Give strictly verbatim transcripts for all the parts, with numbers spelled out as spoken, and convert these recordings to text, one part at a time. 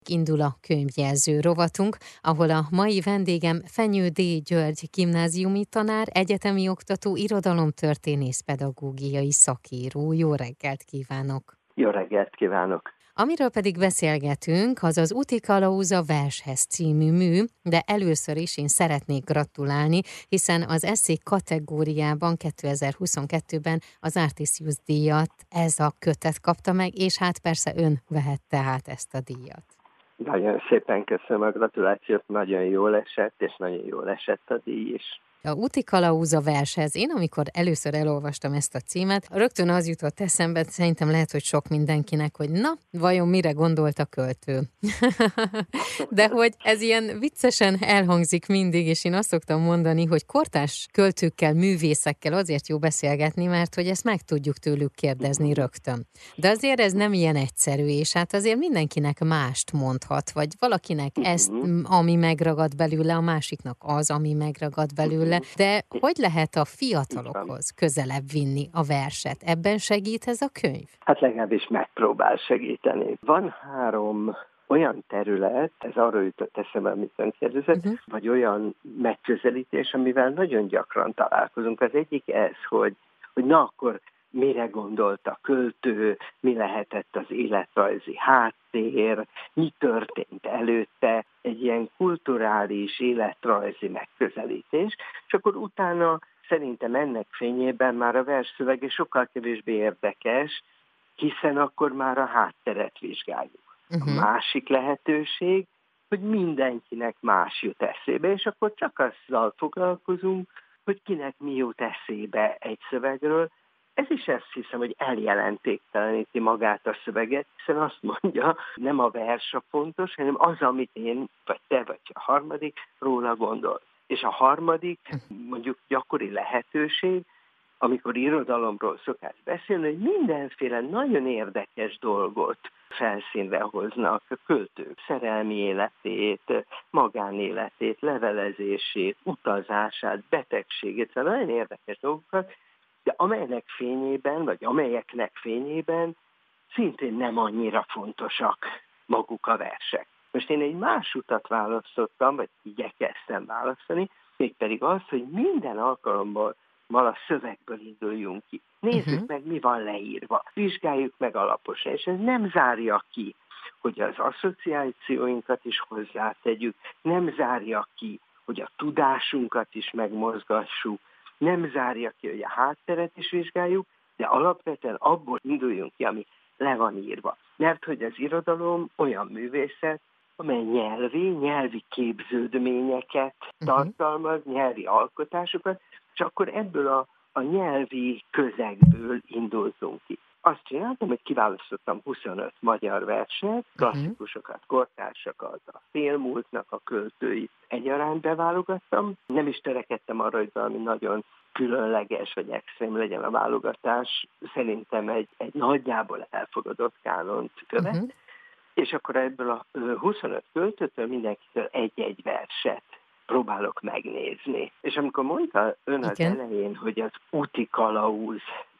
Indul a könyvjelző rovatunk, ahol a mai vendégem Fenyő D. György gimnáziumi tanár, egyetemi oktató, irodalomtörténész, pedagógiai szakíró. Jó reggelt kívánok! Jó reggelt kívánok! Amiről pedig beszélgetünk, az az Úti kalauz a vershez című mű, de először is én szeretnék gratulálni, hiszen az esszé kategóriában kétezer-huszonkettőben az Artisius díjat ez a kötet kapta meg, és hát persze ön vehette át ezt a díjat. Nagyon szépen köszönöm a gratulációt, nagyon jól esett, és nagyon jól esett a díj is. A Úti kalauz a vershez. Én amikor először elolvastam ezt a címet, rögtön az jutott eszembe, szerintem lehet, hogy sok mindenkinek, hogy na, vajon mire gondolt a költő? De hogy ez ilyen viccesen elhangzik mindig, és én azt szoktam mondani, hogy kortárs költőkkel, művészekkel azért jó beszélgetni, mert hogy ezt meg tudjuk tőlük kérdezni rögtön. De azért ez nem ilyen egyszerű, és hát azért mindenkinek mást mondhat, vagy valakinek ezt, ami megragad belőle, a másiknak az, ami megragad belőle. De hogy lehet a fiatalokhoz közelebb vinni a verset? Ebben segít ez a könyv? Hát legalábbis megpróbál segíteni. Van három olyan terület, ez arra jutott eszembe, amit ön kérdezett, uh-huh. vagy olyan megközelítés, amivel nagyon gyakran találkozunk. Az egyik ez, hogy, hogy na akkor mire gondolt a költő, mi lehetett az életrajzi háttér, mi történt előtte, egy ilyen kulturális, életrajzi megközelítés, és akkor utána szerintem ennek fényében már a versszövege sokkal kevésbé érdekes, hiszen akkor már a hátteret vizsgáljuk. Uh-huh. A másik lehetőség, hogy mindenkinek más jut eszébe, és akkor csak azzal foglalkozunk, hogy kinek mi jut eszébe egy szövegről. Ez is azt hiszem, hogy eljelentékteleníti magát a szöveget, hiszen azt mondja, nem a vers a fontos, hanem az, amit én, vagy te, vagy a harmadik róla gondol. És a harmadik, mondjuk gyakori lehetőség, amikor irodalomról szokás beszélni, hogy mindenféle nagyon érdekes dolgot felszínre hoznak, a költők szerelmi életét, magánéletét, levelezését, utazását, betegségét, szóval nagyon érdekes dolgokat, de amelynek fényében, vagy amelyeknek fényében szintén nem annyira fontosak maguk a versek. Most én egy más utat választottam, vagy igyekeztem választani, mégpedig az, hogy minden alkalommal mal a szövegből induljunk ki. Nézzük uh-huh. meg, mi van leírva. Vizsgáljuk meg alaposan, és ez nem zárja ki, hogy az asszociációinkat is hozzátegyük, nem zárja ki, hogy a tudásunkat is megmozgassuk, nem zárja ki, hogy a hátteret is vizsgáljuk, de alapvetően abból induljunk ki, ami le van írva. Mert hogy az irodalom olyan művészet, amely nyelvi, nyelvi képződményeket tartalmaz, nyelvi alkotásokat, és akkor ebből a, a nyelvi közegből indultunk ki. Azt csináltam, hogy kiválasztottam huszonöt magyar verset, klasszikusokat, kortársakat, a félmúltnak a költőit egyaránt beválogattam. Nem is törekedtem arra, hogy valami nagyon különleges vagy extrém legyen a válogatás. Szerintem egy, egy nagyjából elfogadott kánont követ. Uh-huh. És akkor ebből a huszonöt költőtől mindenkitől egy-egy verset próbálok megnézni. És amikor mondta ön az Igen. elején, hogy az úti kalauz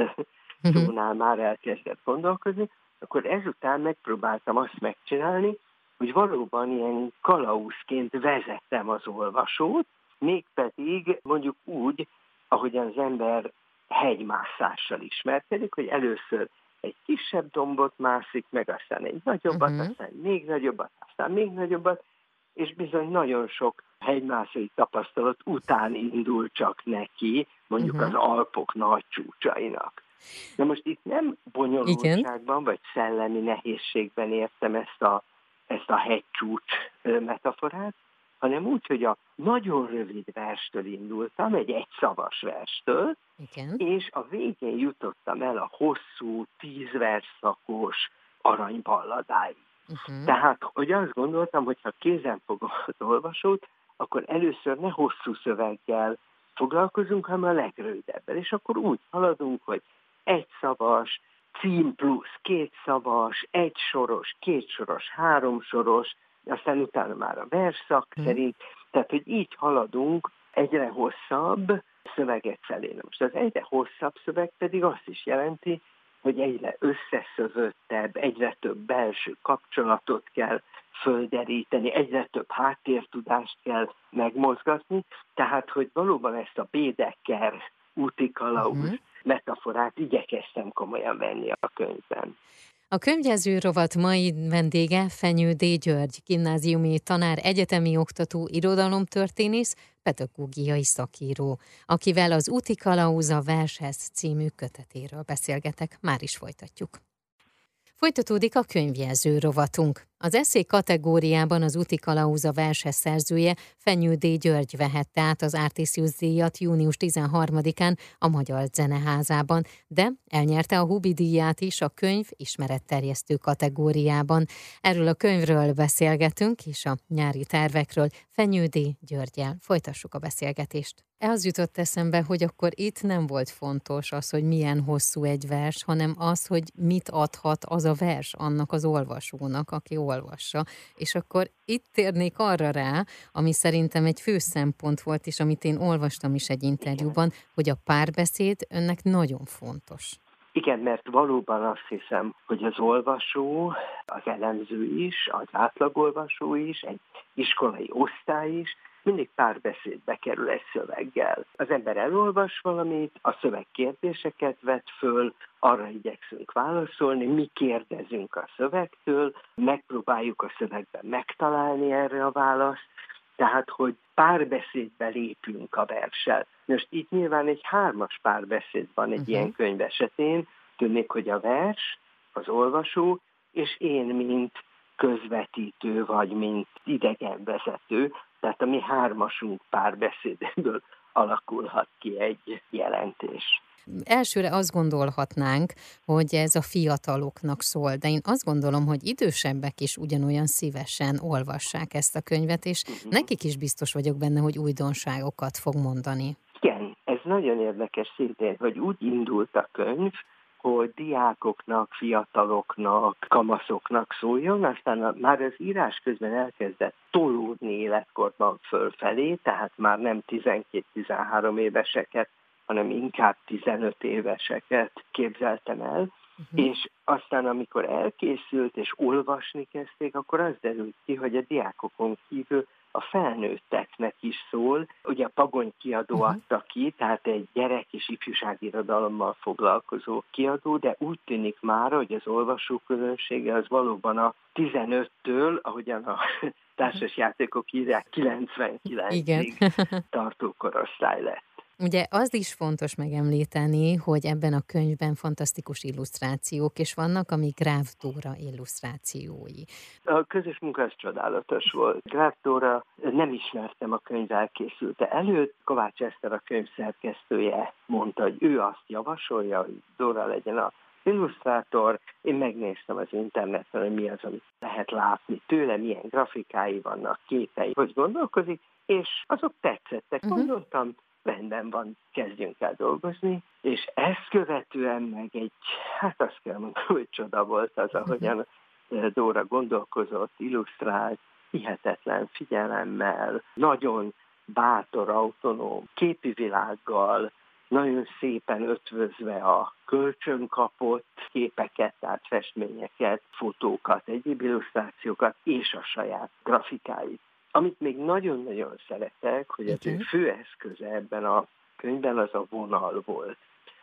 szónál már elkezdett gondolkozni, akkor ezután megpróbáltam azt megcsinálni, hogy valóban ilyen kalauzként vezettem az olvasót, mégpedig mondjuk úgy, ahogyan az ember hegymászással ismerkedik, hogy először egy kisebb dombot mászik meg, aztán egy nagyobbat, uh-huh. aztán még nagyobbat, aztán még nagyobbat, és bizony nagyon sok hegymászói tapasztalat után indul csak neki, mondjuk uh-huh. az Alpok nagy csúcsainak. Na most itt nem bonyolultságban, vagy szellemi nehézségben értem ezt a, ezt a hegycsúcs metaforát, hanem úgy, hogy a nagyon rövid verstől indultam, egy egyszavas verstől, Igen. és a végén jutottam el a hosszú, tíz versszakos aranyballadáig. Uh-huh. Tehát, hogy azt gondoltam, hogy ha kézen fogom az olvasót, akkor először ne hosszú szöveggel foglalkozunk, hanem a legrövidebbel. És akkor úgy haladunk, hogy egyszavas, cím plusz kétszavas, egysoros, kétsoros, háromsoros, aztán utána már a versszak hmm. szerint, tehát, hogy így haladunk egyre hosszabb szövegek felé. Most az egyre hosszabb szöveg pedig azt is jelenti, hogy egyre összeszövöttebb, egyre több belső kapcsolatot kell földeríteni, egyre több háttértudást kell megmozgatni, tehát, hogy valóban ezt a Baedeker úti kalauz uh-huh. metaforát igyekeztem komolyan venni a könyvben. A könyvjelző rovat mai vendége Fenyő D. György, gimnáziumi tanár, egyetemi oktató, irodalomtörténész, pedagógiai szakíró, akivel az Úti kalauz a vershez című kötetéről beszélgetek, már is folytatjuk. Folytatódik a könyvjelző rovatunk. Az esszé kategóriában az Úti kalauz a vershez szerzője, Fenyő D. György vehette át az Artisius díjat június tizenharmadikán a Magyar Zeneházában, de elnyerte a Hubi díját is a könyv ismeretterjesztő kategóriában. Erről a könyvről beszélgetünk, és a nyári tervekről Fenyő D. Györggyel folytassuk a beszélgetést. Az jutott eszembe, hogy akkor itt nem volt fontos az, hogy milyen hosszú egy vers, hanem az, hogy mit adhat az a vers annak az olvasónak, aki olvassa. És akkor itt térnék arra rá, ami szerintem egy fő szempont volt, és amit én olvastam is egy interjúban, hogy a párbeszéd önnek nagyon fontos. Igen, mert valóban azt hiszem, hogy az olvasó, az elemző is, az átlagolvasó is, egy iskolai osztály is, mindig párbeszédbe kerül egy szöveggel. Az ember elolvas valamit, a szöveg kérdéseket vet föl, arra igyekszünk válaszolni, mi kérdezünk a szövegtől, megpróbáljuk a szövegben megtalálni erre a választ, tehát, hogy párbeszédbe lépünk a verssel. Most itt nyilván egy hármas párbeszéd van egy uh-huh. ilyen könyv esetén, tűnik, hogy a vers, az olvasó, és én, mint közvetítő, vagy mint idegenvezető, tehát a mi hármasunk párbeszédéből alakulhat ki egy jelentés. Elsőre azt gondolhatnánk, hogy ez a fiataloknak szól, de én azt gondolom, hogy idősebbek is ugyanolyan szívesen olvassák ezt a könyvet, és uh-huh. nekik is biztos vagyok benne, hogy újdonságokat fog mondani. Igen, ez nagyon érdekes szintén, hogy úgy indult a könyv, hogy diákoknak, fiataloknak, kamaszoknak szóljon, aztán már az írás közben elkezdett tolódni életkorban fölfelé, tehát már nem tizenkét-tizenhárom éveseket, hanem inkább tizenöt éveseket képzeltem el, uh-huh. és aztán amikor elkészült és olvasni kezdték, akkor az derült ki, hogy a diákokon kívül a felnőtteknek is szól. Ugye a Pagony kiadó uh-huh. adta ki, tehát egy gyerek- és ifjúságirodalommal foglalkozó kiadó, de úgy tűnik már, hogy az olvasóközönsége az valóban a tizenöttől, ahogyan a társasjátékok írják, kilencvenkilencig tartó korosztály lett. Ugye az is fontos megemlíteni, hogy ebben a könyvben fantasztikus illusztrációk is vannak, ami Gráf Dóra illusztrációi. A közös munka az csodálatos volt. Gráf Dóra, nem ismertem a könyv elkészülte előtt. Kovács Eszter, a könyv szerkesztője mondta, hogy ő azt javasolja, hogy Dóra legyen a illusztrátor. Én megnéztem az interneten, hogy mi az, amit lehet látni tőle, milyen grafikái vannak, képei, hogy gondolkozik, és azok tetszettek. Uh-huh. Gondoltam, rendben van, kezdjünk el dolgozni, és ezt követően meg egy, hát azt kell mondani, hogy csoda volt az, ahogyan Dóra gondolkozott, illusztrált, hihetetlen figyelemmel, nagyon bátor, autonóm képi világgal, nagyon szépen ötvözve a kölcsönkapott képeket, tehát festményeket, fotókat, egyéb illusztrációkat és a saját grafikáit. Amit még nagyon-nagyon szeretek, hogy az ő fő eszköze ebben a könyvben az a vonal volt.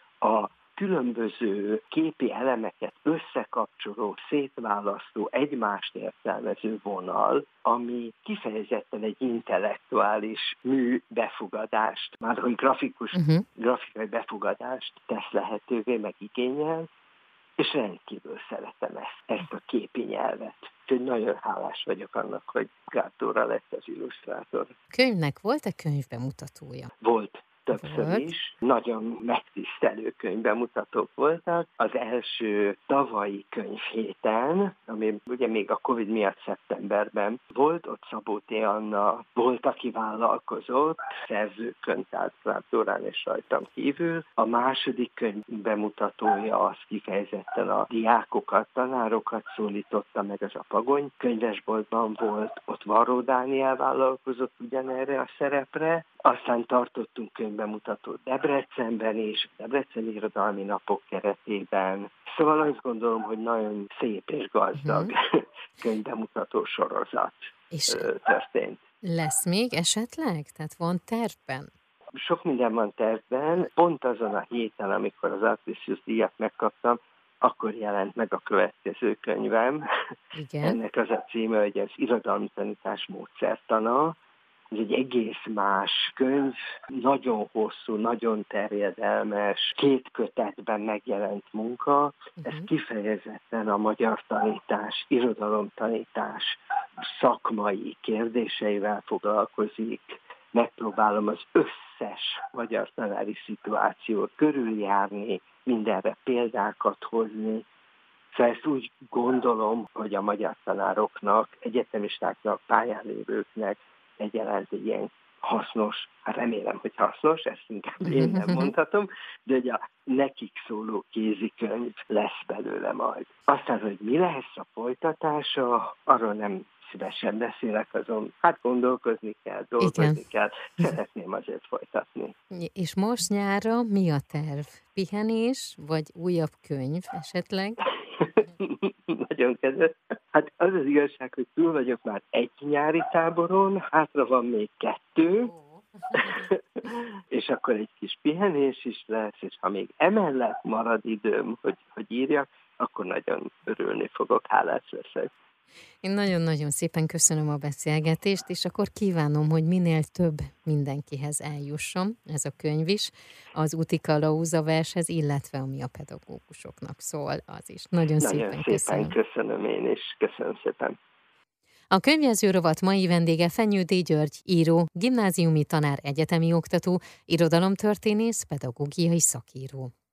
A különböző képi elemeket összekapcsoló, szétválasztó, egymást értelmező vonal, ami kifejezetten egy intellektuális mű befogadást, már hogy grafikus, uh-huh. grafikai befogadást tesz lehetővé, meg igényel, és rendkívül szeretem ezt, ezt a képi nyelvet. Úgyhogy nagyon hálás vagyok annak, hogy Gráf Dóra lett az illusztrátor. Könyvnek volt-e könyvbemutatója? Volt. Többször volt. Is. Nagyon megtisztelő könyvbemutatók voltak. Az első tavalyi könyvhéten, ami ugye még a Covid miatt szeptemberben volt, ott Szabó T. Anna volt, aki vállalkozott, szerzőkön, tehát Gráf Dórán és rajtam kívül. A második könyvbemutatója az kifejezetten a diákokat, tanárokat szólította meg, az a Pagony könyvesboltban volt, ott Varró Dániel vállalkozott ugyanerre a szerepre. Aztán tartottunk könyvbemutatót Debrecenben is, Debreceni Irodalmi Napok keretében. Szóval azt gondolom, hogy nagyon szép és gazdag uh-huh. könyvbemutató sorozat és történt. Lesz még esetleg? Tehát van tervben? Sok minden van tervben. Pont azon a héten, amikor az Artisius díjat megkaptam, akkor jelent meg a következő könyvem. Igen. Ennek az a címe, hogy az Irodalmi Tanítás módszertana. Ez egy egész más könyv, nagyon hosszú, nagyon terjedelmes, két kötetben megjelent munka. Ez uh-huh. kifejezetten a magyar tanítás, irodalomtanítás szakmai kérdéseivel foglalkozik. Megpróbálom az összes magyar tanári szituációt körüljárni, mindenre példákat hozni. Szóval ezt úgy gondolom, hogy a magyar tanároknak, egyetemistáknak, pályán lévőknek egyaránt egy ilyen hasznos, hát remélem, hogy hasznos, ezt inkább én nem mondhatom, de hogy a nekik szóló kézikönyv lesz belőle majd. Aztán, hogy mi lesz a folytatása, arról nem szívesen beszélek, azon hát gondolkozni kell, dolgozni Igen. kell, szeretném azért folytatni. És most nyárra mi a terv? Pihenés, vagy újabb könyv esetleg? Nagyon kedves. Hát az az igazság, hogy túl vagyok már egy nyári táboron, hátra van még kettő, oh. és akkor egy kis pihenés is lesz, és ha még emellett marad időm, hogy, hogy írjak, akkor nagyon örülni fogok, hálás leszek. Én nagyon-nagyon szépen köszönöm a beszélgetést, és akkor kívánom, hogy minél több mindenkihez eljusson ez a könyv is, az Uti Kalauza vershez, illetve ami a pedagógusoknak szól, az is. Nagyon, nagyon szépen, szépen köszönöm. köszönöm én is, köszönöm szépen. A könyvjelző rovat mai vendége Fenyődi György író, gimnáziumi tanár, egyetemi oktató, irodalomtörténész, pedagógiai szakíró.